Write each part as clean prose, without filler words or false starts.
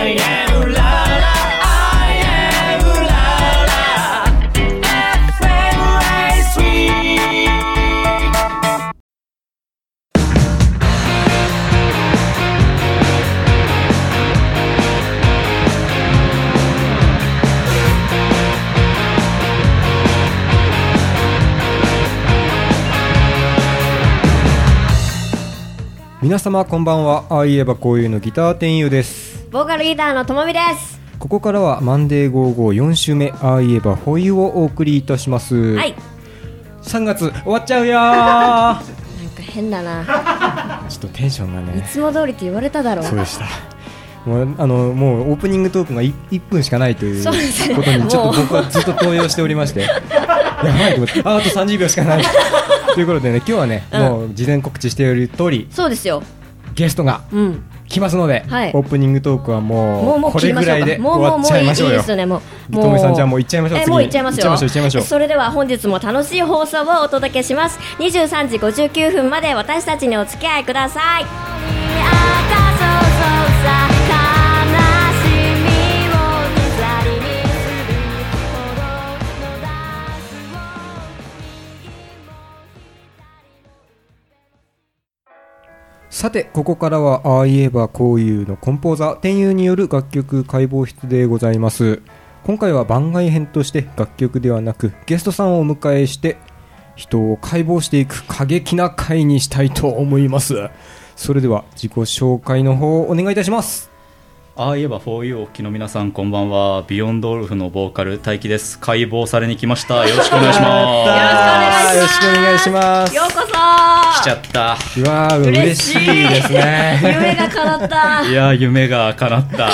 I am la la I am la la FLA3。 皆様こんばんは。ああいえばこういうのギター天佑です。 ボーカルギターのともみです。 ここからはマンデー554週目ああいえばフォイをお送りいたします。 はい。 3月終わっちゃうよなんか変だなちょっとテンションがねいつも通りって言われただろう。 そうでした。もうもうオープニングトークが 1分しかないということにちょっと僕はずっと動揺しておりましてやばいと思ってあと30秒しかないということでね、今日はね、もう事前告知している通りそうですよ、 ゲストが来ますので、 はい、 オープニングトークはもうこれぐらいで終わっちゃいましょうよ。ともみさん、じゃあもう行っちゃいましょう。 もう行っちゃいますよ。 行っちゃいましょう。 それでは本日も楽しい放送をお届けします。23時59分まで私たちにお付き合いください。 さてここからはああいえばこういうのコンポーザー天佑による楽曲解剖室でございます。今回は番外編として楽曲ではなくゲストさんをお迎えして人を解剖していく過激な回にしたいと思います。それでは自己紹介の方をお願いいたします。 ああいえば 4U お聞きの皆さんこんばんは。ビヨンドウルフのボーカル大輝です。解剖されに来ました。よろしくお願いしますよろしくお願いします。 ようこそ来ちゃった。 うわー嬉しいですね夢が叶ったいや夢が叶った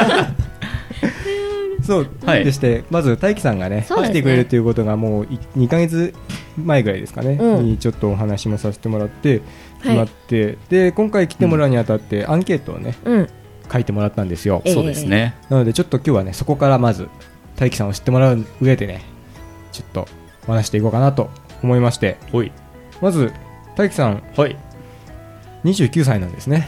そうでして、まず大輝さんがね来てくれるということがもう2ヶ月前ぐらいですかね、にちょっとお話もさせてもらって決まって、で今回来てもらうにあたってアンケートをね、書いてもらったんですよ。 そうですね。 なのでちょっと今日はねそこからまず大輝さんを知ってもらう上でねちょっとお話していこうかなと思いまして、まず大輝さん、29歳なんですね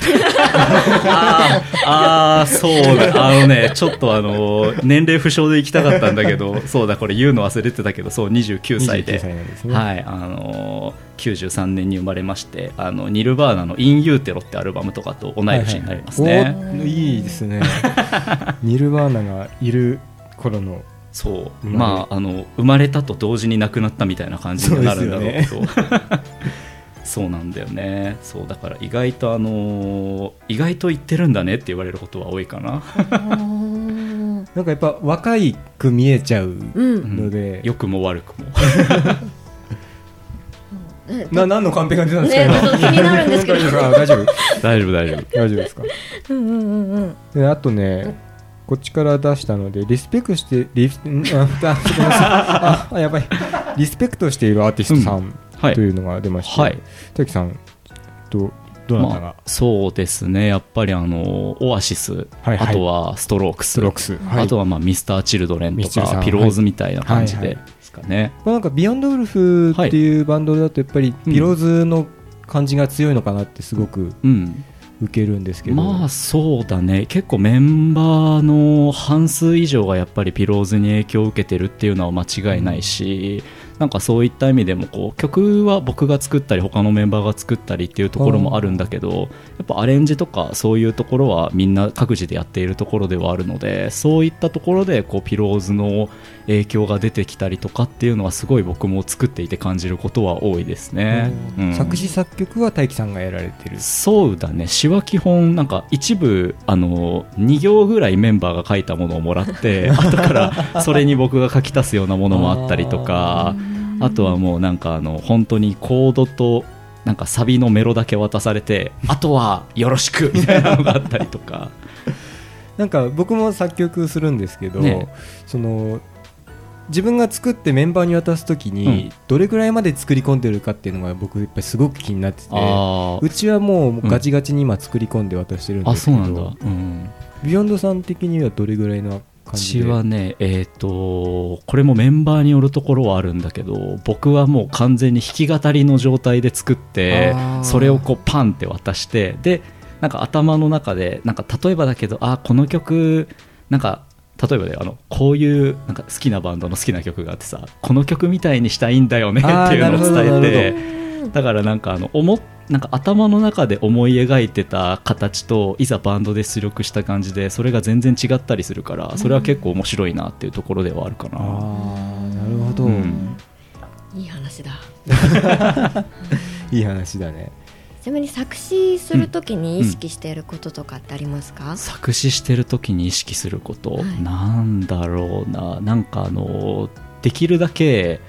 そうだちょっ年齢不詳で行きたかったんだけどそうだこれ言うの忘れてたけど、そう29歳で、 なんですね。 はい、93年に生まれまして、ニルバーナのインユーテロってアルバムとかと同い年になりますね。 いいですねニルバーナがいる頃のそう、生まれたと同時に亡くなったみたいな感じになるんだろうけどそうなんだよね。そうだから意外と意外と言ってるんだねって言われることは多いかななんかやっぱ若いく見えちゃうので、 良くも悪くも何のカンペが出たんですか、 気になるんですけど大丈夫ですかであとねこっちから出したのでリスペクトしてやばいリスペクトしているアーティストさん、というのが出まして、大輝さんどなたが、 そうですね、やっぱりオアシス、あとはストロークス、あとはミスターチルドレンとかピローズみたいな感じでですかね。 なんかビヨンドウルフっていうバンドだとやっぱりピローズの感じが強いのかなってすごく受けるんですけど、 そうだね、結構メンバーの半数以上がやっぱりピローズに影響を受けてるっていうのは間違いないし、なんかそういった意味でも曲は僕が作ったり他のメンバーが作ったりっていうところもあるんだけど、やっぱアレンジとかそういうところはみんな各自でやっているところではあるので、そういったところでピローズの影響が出てきたりとかっていうのはすごい僕も作っていて感じることは多いですね。 作詞作曲は大輝さんがやられてる？ そうだね、詩は基本なんか一部2行ぐらいメンバーが書いたものをもらって後からそれに僕が書き足すようなものもあったりとかあとはもうなんか本当にコードとなんかサビのメロだけ渡されてあとはよろしくみたいなのがあったりとかなんか僕も作曲するんですけど、自分が作ってメンバーに渡すときにどれくらいまで作り込んでるかっていうのが僕やっぱりすごく気になってて、うちはもうガチガチに今作り込んで渡してるんですけど、ビヨンドさん的にはどれぐらいの感じで？ うちはね、これもメンバーによるところはあるんだけど、僕はもう完全に弾き語りの状態で作ってそれをパンって渡して、でなんか頭の中でなんか例えばだけどこの曲なんか例えばねこういうなんか好きなバンドの好きな曲があってさこの曲みたいにしたいんだよねっていうのを伝えてだからなんかなんか頭の中で思い描いてた形といざバンドで出力した感じでそれが全然違ったりするからそれは結構面白いなっていうところではあるかな。 なるほど、 いい話だいい話だね。 ちなみに作詞するときに意識していることとかってありますか？ 作詞してるときに意識すること、 はい、 なんだろうな、なんかできるだけ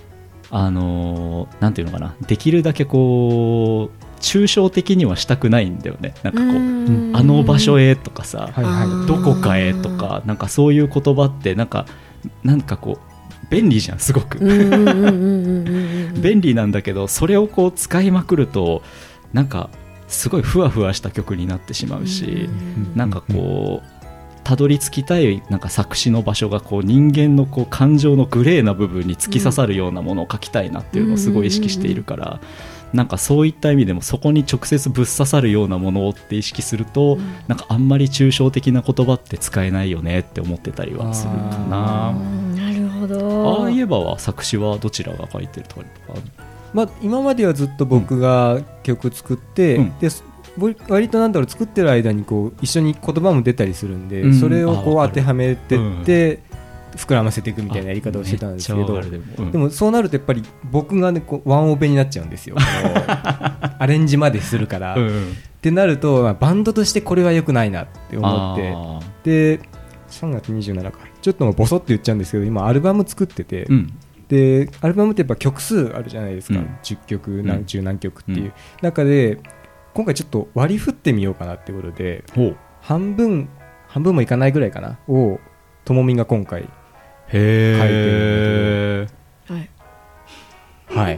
なんていうのかな、できるだけこう抽象的にはしたくないんだよね。なんかこうあの場所へとかさ、はいはい、どこかへとかなんかそういう言葉ってなんかこう便利じゃんすごく便利なんだけどそれをこう使いまくるとなんかすごいふわふわした曲になってしまうし、なんかこうたどり着きたいなんか作詞の場所がこう人間のこう感情のグレーな部分に突き刺さるようなものを書きたいなっていうのをすごい意識しているから、なんかそういった意味でもそこに直接ぶっ刺さるようなものをって意識すると、なんかあんまり抽象的な言葉って使えないよねって思ってたりはするかな。 なるほど。 ああいえばは作詞はどちらが書いてるとかある？ 今まではずっと僕が曲作って、で割と作ってる間にこう一緒に言葉も出たりするんで、それをこう当てはめてって、膨らませていくみたいなやり方をしてたんですけど、でもそうなるとやっぱり僕がねこうワンオペになっちゃうんですよアレンジまでするから、ってなるとバンドとしてこれは良くないなって思って、で3月27かちょっとボソって言っちゃうんですけど今アルバム作ってて、でアルバムってやっぱ曲数あるじゃないですか、10曲十何曲っていう中で今回ちょっと割り振ってみようかなってことで、半分もいかないぐらいかなをともみが今回書いてるので、はい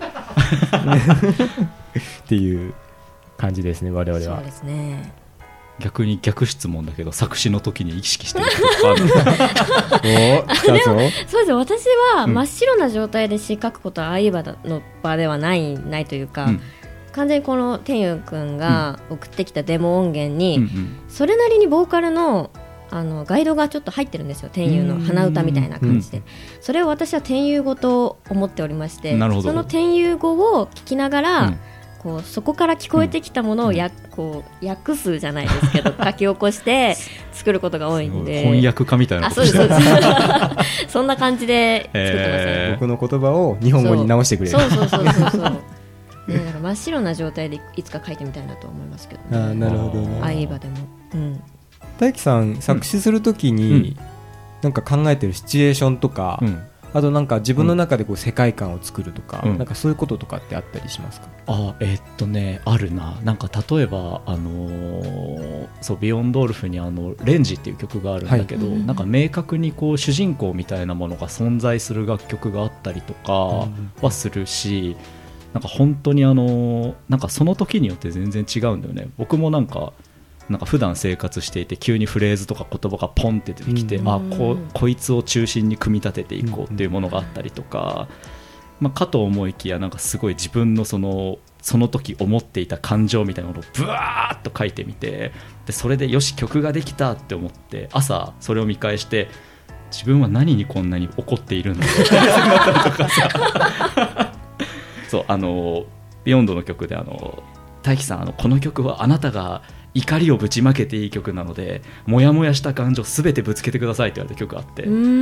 っていう感じですね我々は。 そうですね。 逆に逆質問だけど作詞の時に意識してることがあるそうです。私は真っ白な状態で詩書くことはああいう場の場ではないというか、完全にこの天佑くんが送ってきたデモ音源にそれなりにボーカルのガイドがちょっと入ってるんですよ。天佑の鼻歌みたいな感じで、それを私は天佑語と思っておりまして、その天佑語を聞きながら、こうそこから聞こえてきたものをこう訳すじゃないですけど書き起こして作ることが多いんで、 翻訳家みたいなことしてる。そうですそんな感じで作ってますね。 僕の言葉を日本語に直してくれる。 そうだから真っ白な状態でいつか書いてみたいなと思いますけど、ね、 なるほどね。 ああいい場でも、 大輝さん作詞するときになんか考えてるシチュエーションとか、あとなんか自分の中でこう世界観を作るとか、なんかそういうこととかってあったりしますか？ あるな。なんか例えばそうビヨンドルフにレンジっていう曲があるんだけど、なんか明確にこう主人公みたいなものが存在する楽曲があったりとかはするし、なんか本当になんかその時によって全然違うんだよね。僕もなんか普段生活していて急にフレーズとか言葉がポンって出てきて、こいつを中心に組み立てていこうっていうものがあったりとか、かと思いきやなんかすごい自分のその時思っていた感情みたいなものをブワーッと書いてみて、でそれでよし曲ができたって思って朝それを見返して自分は何にこんなに怒っているんだろうってなったりとかさそうビヨンドの曲で大輝さんこの曲はあなたが怒りをぶちまけていい曲なのでモヤモヤした感情すべてぶつけてくださいって言われた曲があって、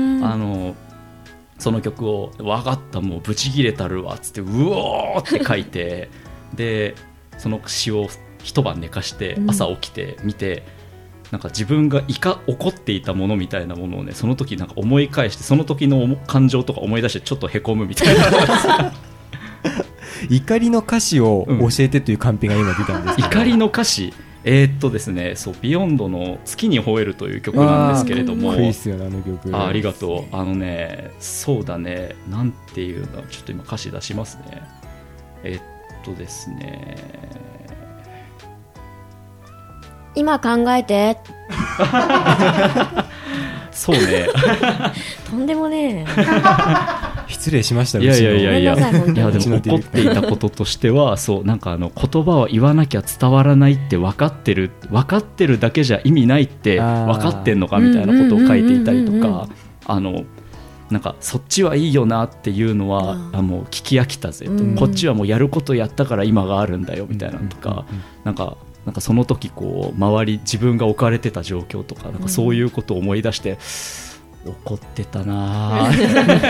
その曲を分かったもうブチ切れたるわっつってうおーって書いてでその詩を一晩寝かして朝起きて見て、なんか自分が怒っていたものみたいなものをねその時なんか思い返してその時の感情とか思い出してちょっとへこむみたいな怒りの歌詞を教えてというカンペが今出たんですけど、 怒りの歌詞ですね、そうビヨンドの月に吠えるという曲なんですけれども、 いいっすよね、あの曲。 ありがとう。そうだね、なんていうの、ちょっと今歌詞出しますね。ですね、 今考えてそうねとんでもねえ失礼しました。 いやいやいやいや、 ごめんなさい本当にいやでも怒っていたこととしてはそうなんか言葉を言わなきゃ伝わらないって分かってるだけじゃ意味ないって分かってんのかみたいなことを書いていたりとか、なんかそっちはいいよなっていうのはもう聞き飽きたぜと、こっちはもうやることやったから今があるんだよみたいなのとか、なんかその時こう周り自分が置かれてた状況とか、なんかそういうことを思い出して怒ってたななるほど。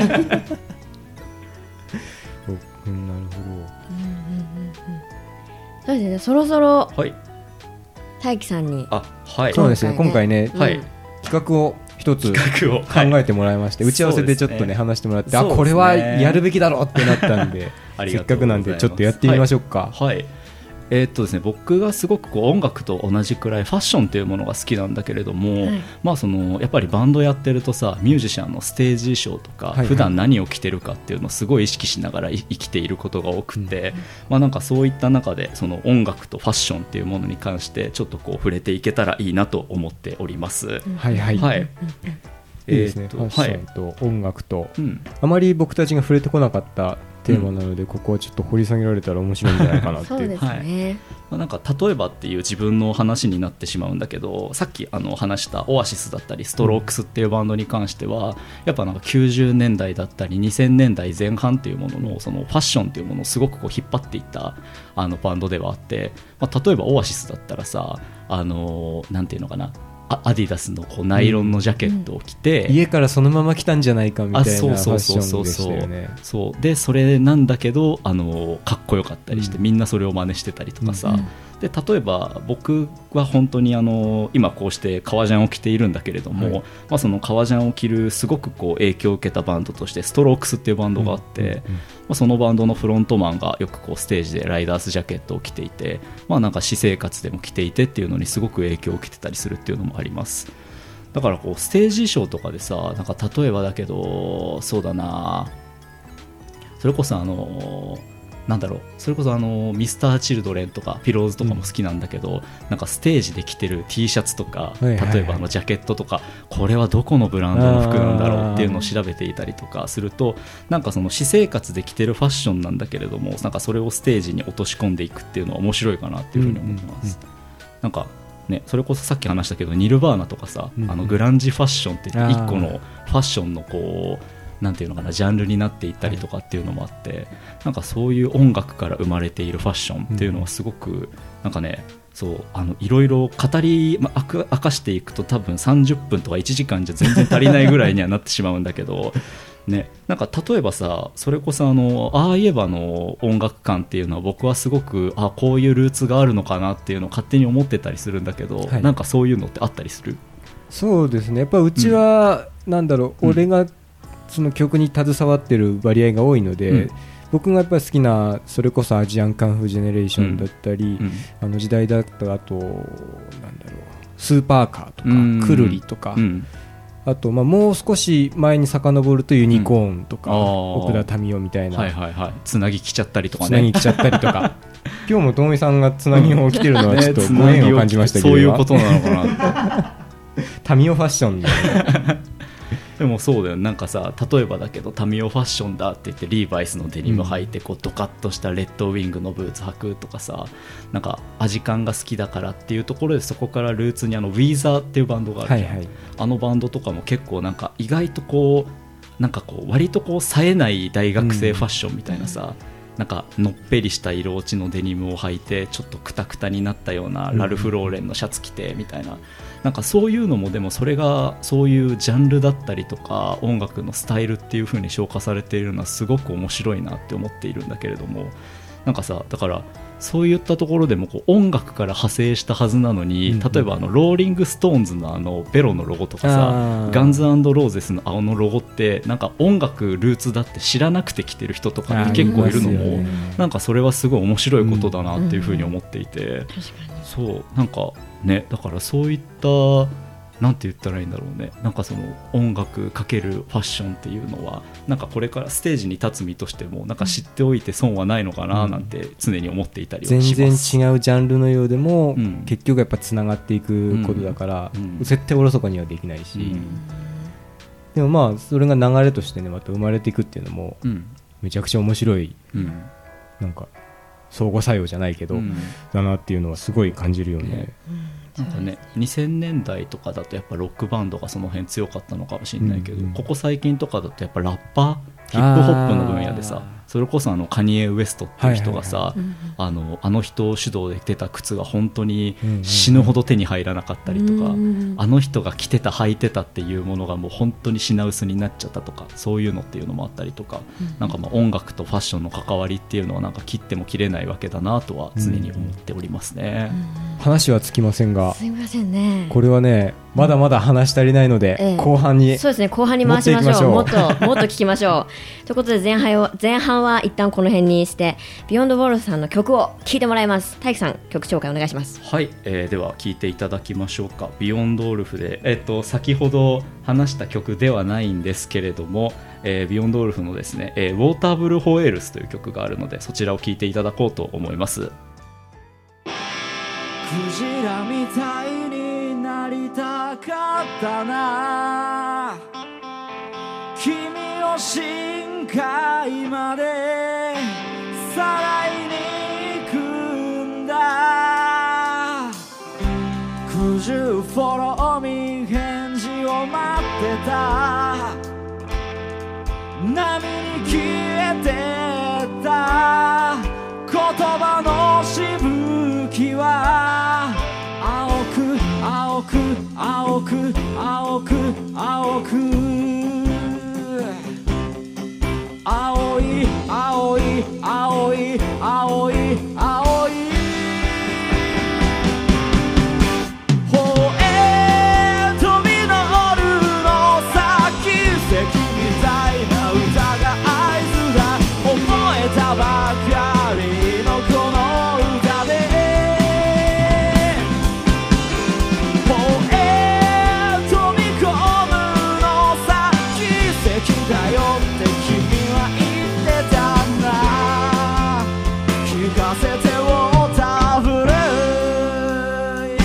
そうですね、そろそろはい大輝さんにはいそうですね、今回ね、 はい企画を一つ企画を考えてもらいまして、打ち合わせでちょっとね話してもらって、 そうですねこれはやるべきだろうってなったんでありせっかくがとうございますなんでちょっとやってみましょうか。 はいですね、僕がすごくこう音楽と同じくらいファッションというものが好きなんだけれども、まあ、やっぱりバンドやってるとさ、ミュージシャンのステージ衣装とか、普段何を着てるかっていうのをすごい意識しながら生きていることが多くて、まあ、なんかそういった中でその音楽とファッションっていうものに関してちょっとこう触れていけたらいいなと思っております。 はいはい、 はい、 いいですね、ファッションと音楽と、あまり僕たちが触れてこなかったテーマなので、ここはちょっと掘り下げられたら面白いんじゃないかなってそうですね、 まあ、なんか例えばっていう自分の話になってしまうんだけど、さっき話したオアシスだったりストロークスっていうバンドに関してはやっぱなんか90年代だったり2000年代前半っていうもののそのファッションっていうものをすごくこう引っ張っていったバンドではあって、まあ、例えばオアシスだったらさなんていうのかな、アディダスのこうナイロンのジャケットを着て、 家からそのまま来たんじゃないかみたいなファッションでしたよね。 そうでそれなんだけどかっこよかったりして、みんなそれを真似してたりとかさ、で例えば僕は本当に今こうして革ジャンを着ているんだけれども、まあ、その革ジャンを着るすごくこう影響を受けたバンドとしてストロークスっていうバンドがあって、まあ、そのバンドのフロントマンがよくこうステージでライダースジャケットを着ていて、まあ、なんか私生活でも着ていてっていうのにすごく影響を受けてたりするっていうのもあります。だからこうステージ衣装とかでさ、なんか例えばだけどそうだな、それこそなんだろう、それこそミスターチルドレンとかピローズとかも好きなんだけど、なんかステージで着てる T シャツとか、例えばジャケットとか、これはどこのブランドの服なんだろうっていうのを調べていたりとかすると、なんかその私生活で着てるファッションなんだけれども、なんかそれをステージに落とし込んでいくっていうのは面白いかなっていうふうに思ってます。なんかね、それこそさっき話したけどニルバーナとかさ、グランジファッションって言って一個のファッションのこうなんていうのかな、ジャンルになっていったりとかっていうのもあって、なんかそういう音楽から生まれているファッションっていうのはすごくなんかね、そういろいろ語り明かしていくと多分30分とか1時間じゃ全然足りないぐらいにはなってしまうんだけどね、なんか例えばさ、それこそああいえばの音楽観っていうのは僕はすごくこういうルーツがあるのかなっていうのを勝手に思ってたりするんだけど、なんかそういうのってあったりする？ そうですね、やっぱうちは、なんだろう、俺がその曲に携わってる割合が多いので、僕がやっぱり好きなそれこそアジアンカンフージェネレーションだったり、時代だったらあとなんだろう、スーパーカーとか、くるりとか、あともう少し前に遡るとユニコーンとか、奥田民生みたいな、 つなぎ着ちゃったりとかね、 つなぎ着ちゃったりとか今日もともみさんがつなぎを着てるのはちょっとご縁を感じましたけど、 そういうことなのかなタミオファッションででもそうだよ、なんかさ、例えばだけどタミオファッションだって言ってリーバイスのデニム履いてこうドカッとしたレッドウィングのブーツ履くとかさ、なんかアジカンが好きだからっていうところでそこからルーツにウィザーっていうバンドがあるじゃん、あのバンドとかも結構なんか意外とこうなんかこう割とこう冴えない大学生ファッションみたいなさ、なんかのっぺりした色落ちのデニムを履いてちょっとクタクタになったようなラルフローレンのシャツ着てみたいな、なんかそういうのもでもそれがそういうジャンルだったりとか音楽のスタイルっていう風に消化されているのはすごく面白いなって思っているんだけれども、なんかさ、だからそういったところでもこう音楽から派生したはずなのに、例えばローリングストーンズのベロのロゴとかさ、ガンズ&ローゼスの青のロゴってなんか音楽ルーツだって知らなくて着てる人とかって結構いるのも、なんかそれはすごい面白いことだなっていうふうに思っていて、そうなんかね、だからそういったなんて言ったらいいんだろうね、なんかその音楽かけるファッションっていうのはなんかこれからステージに立つ身としてもなんか知っておいて損はないのかななんて常に思っていたりはします。 全然違うジャンルのようでも、結局やっぱつながっていくことだから、絶対おろそかにはできないし、 でもまあそれが流れとしてねまた生まれていくっていうのもうんめちゃくちゃ面白い、 うんなんか相互作用じゃないけど、だなっていうのはすごい感じるよね。 なんかね、2000年代とかだとやっぱロックバンドがその辺強かったのかもしれないけど、ここ最近とかだとやっぱラッパーヒップホップの分野でさ、それこそカニエ・ウエストっていう人がさ、あの人主導で出た靴が本当に死ぬほど手に入らなかったりとか、あの人が着てた履いてたっていうものがもう本当に品薄になっちゃったとか、そういうのっていうのもあったりとか、なんかまあ音楽とファッションの関わりっていうのはなんか切っても切れないわけだなとは常に思っておりますね。 話はつきませんが、 すいませんね。 これはねまだまだ話足りないので、後半にそうですね、後半に回しましょう。もっと聞きましょう。ということで前半は一旦この辺にしてビヨンドウォルフさんの曲を聴いてもらいます。大樹さん、曲紹介お願いします。 はい、では聴いていただきましょうか。ビヨンドウルフで、先ほど話した曲ではないんですけれども、ビヨンドウルフのですね、ウォーターブルホエールスという曲があるので、そちらを聴いていただこうと思います。 クジラみたいになりたかったな、君を深海までさらいに行くんだ。Could you follow me 返事を待ってた、波に消えてった言葉のしぶきは青く青く青く青く青く青い青い青い青い青い方へ飛び乗るのさ、奇跡みたいな歌が合図だ、覚えたばかりのこの歌で方へ飛び込むのさ、奇跡だよって君は言ってたんだ、聞かせてウォーターブルー、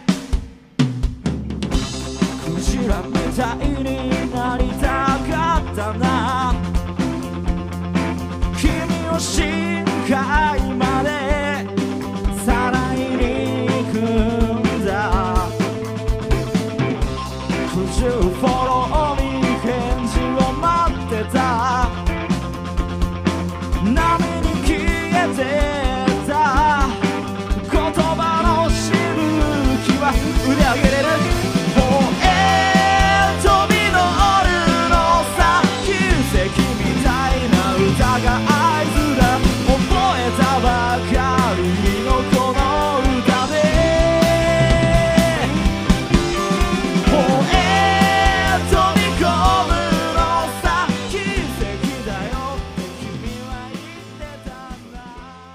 クジラみたいになりたかったな、君を深海までさらいに行くんだ。Could you follow me 返事を待ってた、波に消えてた言葉のしぶきは腕上げれる方へ飛び乗るのさ、奇跡みたいな歌が合図だ、覚えたばかりのこの歌で方へ飛び込むのさ、奇跡だよって君は言ってたんだ。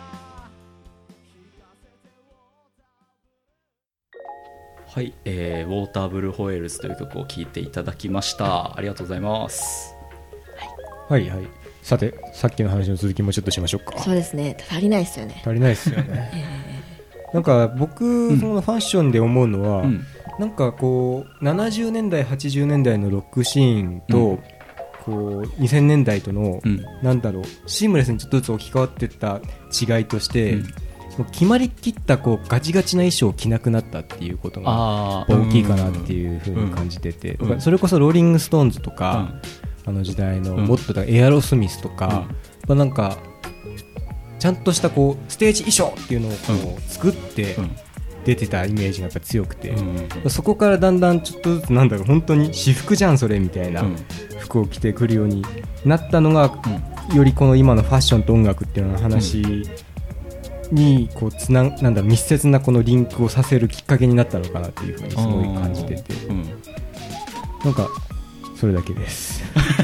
はい、ウォーターブルホエールズという曲を聴いていただきました。ありがとうございます。 はいはい。さてさっきの話の続きもちょっとしましょうか。 そうですね、足りないですよね。 足りないですよねなんか僕、そのファッションで思うのは、なんかこう70年代80年代のロックシーンと、こう2000年代との、なんだろう、シームレスにちょっとずつ置き換わっていった違いとして、もう決まりきったこうガチガチな衣装を着なくなったっていうことが大きいかなっていう風に感じてて、それこそローリングストーンズとか、あの時代のもっとエアロスミスとか、なんかちゃんとしたこうステージ衣装っていうのをこう作って出てたイメージがやっぱ強くて、そこからだんだんちょっとずつなんだろう、本当に私服じゃんそれみたいな服を着てくるようになったのが、よりこの今のファッションと音楽っていうような話にこうなんだろう、密接なこのリンクをさせるきっかけになったのかなっていうふうにすごい感じてて、なんかそれだけです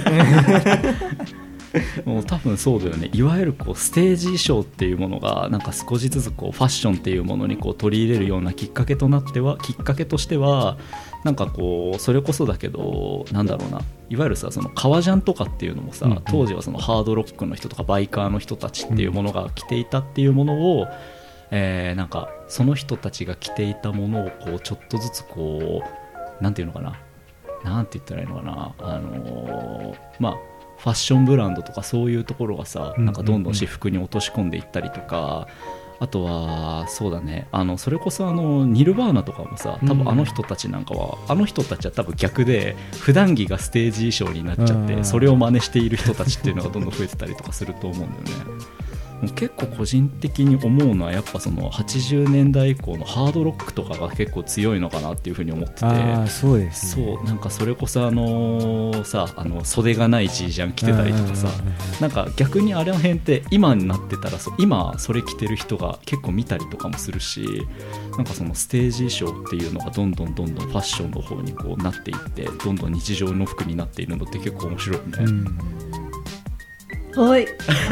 もう多分そうだよね。いわゆるこうステージ衣装っていうものがなんか少しずつこうファッションっていうものにこう取り入れるようなきっかけとしてはなんかこうそれこそだけど、なんだろうな、いわゆるさ、その革ジャンとかっていうのもさ、当時はそのハードロックの人とかバイカーの人たちっていうものが着ていたっていうものを、なんかその人たちが着ていたものをこうちょっとずつこうなんていうのかな、 なんて言ったらいいのかな、まあファッションブランドとかそういうところがさ、なんかどんどん私服に落とし込んでいったりとか、あとはそうだね、それこそニルバーナとかもさ、多分あの人たちなんかは、あの人たちは多分逆で普段着がステージ衣装になっちゃって、それを真似している人たちっていうのがどんどん増えてたりとかすると思うんだよね。結構個人的に思うのはやっぱその80年代以降のハードロックとかが結構強いのかなっていうふうに思ってて、 そうですね、 そうなんかそれこそさ袖がないジージャン着てたりとかさ、なんか逆にあれの辺って今になってたら今それ着てる人が結構見たりとかもするし、なんかそのステージ衣装っていうのがどんどんファッションの方にこうなっていって、どんどん日常の服になっているのって結構面白いね。 はい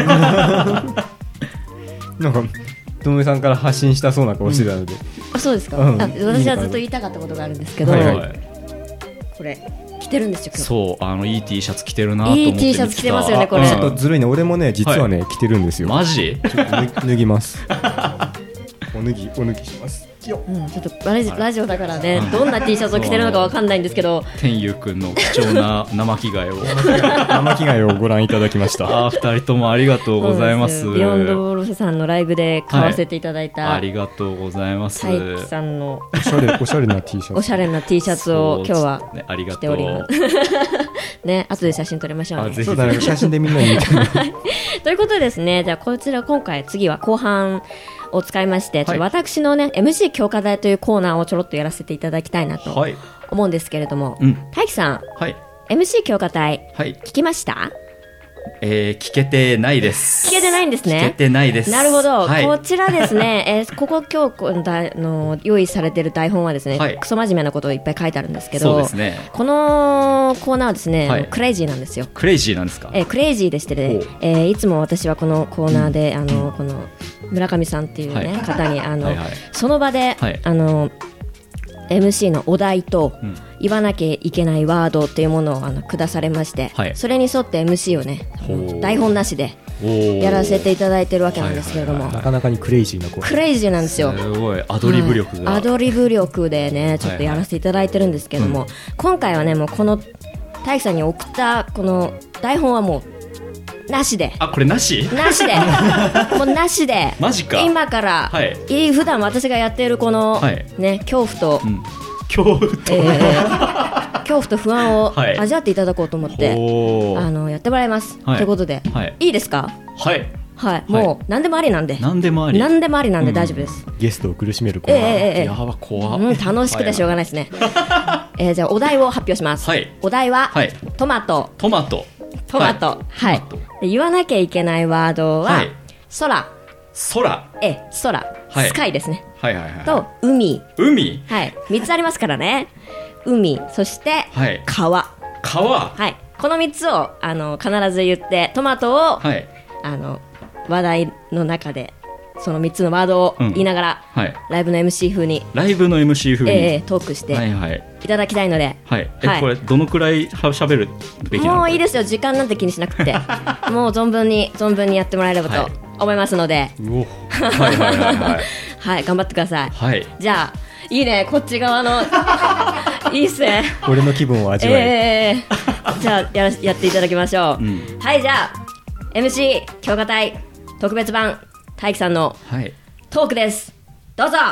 なんかともえさんから発信したそうな顔してたので、 あ、そうですか、私はずっと言いたかったことがあるんですけど、これ着てるんですよ今日。 そういい T シャツ着てるなと思って見てた。 いい T シャツ着てますよねこれ。 ちょっとずるいね、俺もね実はね、着てるんですよ。 マジ？ ちょっと脱ぎますお脱ぎしますよ。 ちょっとラジオだからね、どんな T シャツを着てるのかわかんないんですけど、 天佑くんの貴重な生着替えを生着替えをご覧いただきました。 2人ともありがとうございます。 ビヨンドボルフさんのライブで買わせていただいた、 ありがとうございます。 タイキさんのおしゃれな T シャツ、 おしゃれな T シャツを今日は着ておりますね、後で写真撮りましょうね。 そうだね、写真でみんなに見てということでですね、じゃあこちら次は後半を使いまして、ちょっと私のね MC 強化台というコーナーをちょろっとやらせていただきたいなと思うんですけれども、大輝さん、MC 強化台、聞きました？ 聞けてないです。 聞けてないんですね。 聞けてないです。 なるほど、こちらですね、今日の用意されている台本はですね、クソ真面目なことをいっぱい書いてあるんですけど、 そうですね、 このコーナーはですね、クレイジーなんですよ。 クレイジーなんですか？ クレイジーでしてね、いつも私はこのコーナーで、この村上さんっていうね、方にその場で、MC のお題と言わなきゃいけないワードっていうものを下されまして、それに沿って MC をね台本なしでやらせていただいてるわけなんですけれども、 なかなかにクレイジーな子、 クレイジーなんですよ。 すごいアドリブ力が、 アドリブ力でねちょっとやらせていただいてるんですけども、今回はねもうこの大輝さんに送ったこの台本はもうなしで、 これなしでもうなしでマジか。 今から、普段私がやっているこの、ね、恐怖と不安を味わっていただこうと思って、やってもらいます、ということで、いいですか？もう何でもありなんで、何でもありなんで大丈夫です。 ゲストを苦しめるコーナー、 やば怖楽しくてしょうがないですねじゃあお題を発表します。お題は、トマト、言わなきゃいけないワードは、空、スカイですね、と海、3つありますからね。海、そして川、この3つを必ず言って、トマトを、話題の中でその3つのワードを言いながら、ライブの MC 風にトークしていただきたいので、 これどのくらい喋るべきなの？ もういいですよ、時間なんて気にしなくてもう存分にやってもらえればと思いますので、頑張ってください。じゃあいいね、こっち側のいいっすね、 俺の気分を味わえじゃあやっていただきましょう。はい、じゃあ MC 強化隊特別版大輝さんのトークです、どうぞ。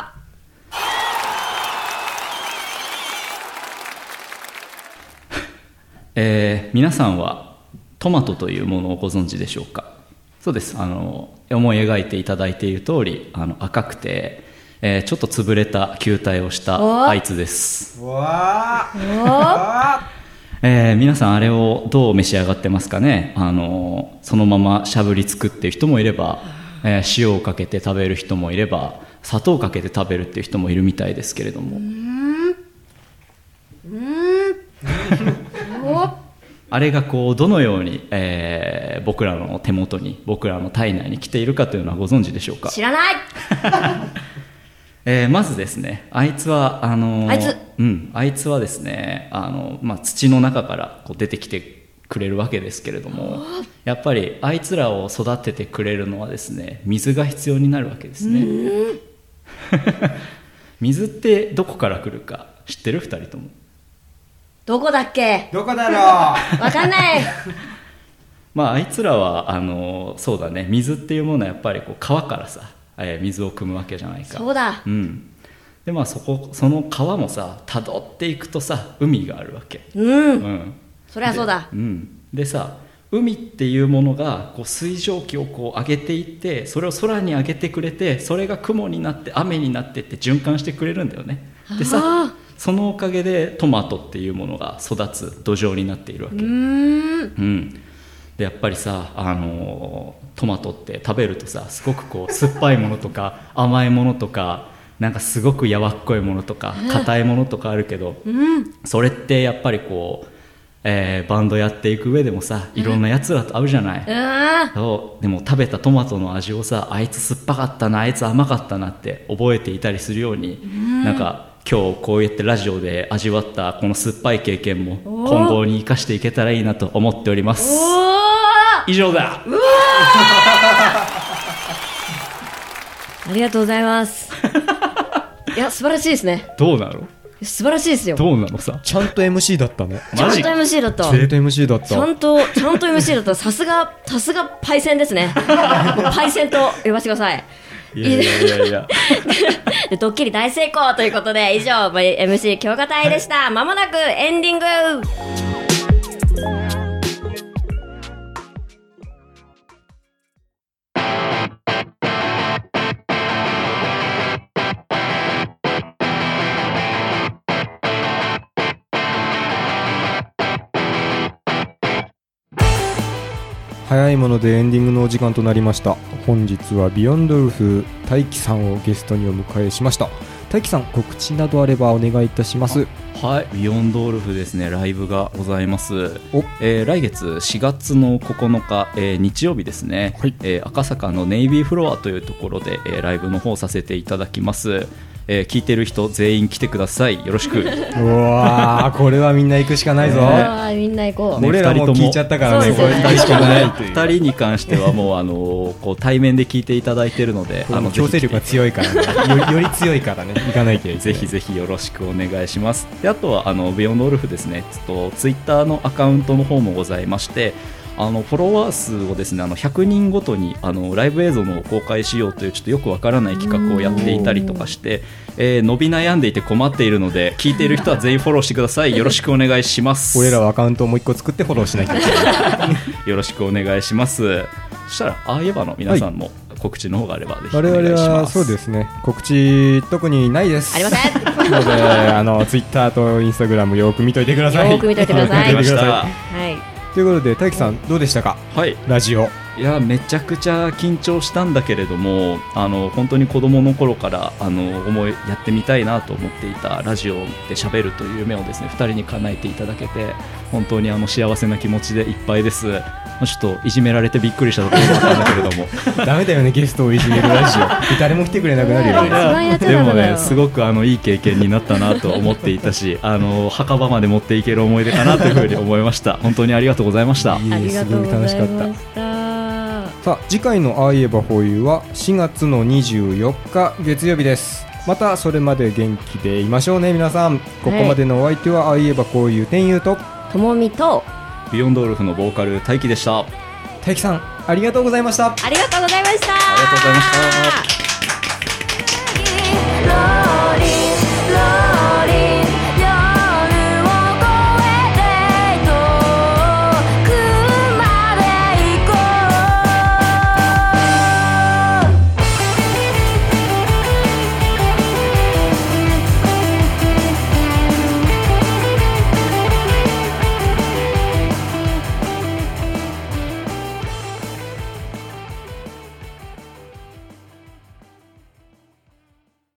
皆さんはトマトというものをご存知でしょうか？そうです、思い描いていただいている通り、赤くて、ちょっと潰れた球体をしたあいつです。皆さんあれをどう召し上がってますかね？そのまましゃぶりつくっていう人もいれば、塩をかけて食べる人もいれば、砂糖をかけて食べるっていう人もいるみたいですけれども、あれがこうどのように、僕らの手元に、僕らの体内に来ているかというのはご存知でしょうか？ 知らないまずですね、あいつはあいつはですね、土の中からこう出てきてくれるわけですけれども、やっぱりあいつらを育ててくれるのはですね、水が必要になるわけですね水ってどこから来るか知ってる？2人とも。 どこだっけ？ どこだろう。 わかんない。 まああいつらはそうだね、水っていうものはやっぱりこう川からさ、水を汲むわけじゃないか。 そうだ。 うん。でまあその川もさ辿っていくとさ海があるわけ。 うん。うん、そりゃそうだ。 うん。でさ、海っていうものがこう水蒸気をこう上げていって、それを空に上げてくれて、それが雲になって雨になってって循環してくれるんだよね。でさ、そのおかげでトマトっていうものが育つ土壌になっているわけ。うん。でやっぱりさ、トマトって食べるとさ、すごくこう酸っぱいものとか甘いものとか、なんかすごく柔っこいものとか硬いものとかあるけど、それってやっぱりこう、バンドやっていく上でもさ、いろんなやつらと会うじゃない。そうでも食べたトマトの味をさ、あいつ酸っぱかったな、あいつ甘かったなって覚えていたりするように、なんか今日こうやってラジオで味わったこの酸っぱい経験も今後に生かしていけたらいいなと思っております。以上だ。 ありがとうございます。いや素晴らしいですね。 どうなの？ 素晴らしいですよ。 どうなのさ。 ちゃんと MC だったね。 ちゃんと MC だった。 ちゃんと MC だった。 ちゃんと MC だった。さすがパイセンですね。パイセンと呼ばせてください。 いやでドッキリ大成功ということで、以上 MC 強化隊でした。まもなくエンディング。 早いものでエンディングのお時間となりました。本日はビヨンドウルフ大輝さんをゲストにお迎えしました。大輝さん、告知などあればお願いいたします。 はい、ビヨンドウルフですね、ライブがございます。来月4月の9日、日曜日ですね、はい、赤坂のネイビーフロアというところで、ライブの方させていただきます。聞いてる人全員来てください。よろしく。 うわー、これはみんな行くしかないぞ。 みんな行こう。 俺らも聞いちゃったからね。これ 2人しかないという。2人に関してはもうこう対面で聞いていただいているので、 強制力が強いからね。より強いからね、行かないといけない。 ぜひぜひよろしくお願いします。であとはビヨンドウルフですね、ツイッターのアカウントの方もございまして、フォロワー数をですね100人ごとにライブ映像の公開しようというちょっとよくわからない企画をやっていたりとかして、伸び悩んでいて困っているので、聞いている人は全員フォローしてください。よろしくお願いします。 俺らはアカウントをもう一個作ってフォローしなきゃいけないよろしくお願いします。そしたらああいえばの皆さんも告知の方があればぜひお願いします。 我々はそうですね、告知特にないです。 ありませんのでツイッターとインスタグラムよく見といてください。 よく見といてください。 はい、ということで大輝さんどうでしたか？ はい、 ラジオ。 いやめちゃくちゃ緊張したんだけれども、本当に子供の頃からやってみたいなと思っていたラジオで喋るという夢をですね2人に叶えていただけて、本当に幸せな気持ちでいっぱいです。ちょっといじめられてびっくりしたところだったんだけれどもダメだよね、ゲストをいじめるラジオ誰も来てくれなくなるよね。 でもね、すごくいい経験になったなと思っていたし、墓場まで持っていける思い出かなというふうに思いました本当にありがとうございました。 ありがとうございました。 さあ次回のあいえばフォーユーは4月の24日月曜日です。またそれまで元気でいましょうね皆さん。ここまでのお相手はあいえばこういう天佑とともみとビヨンドウルフのボーカル大輝でした。 大輝さんありがとうございました。 ありがとうございました。 ありがとうございました。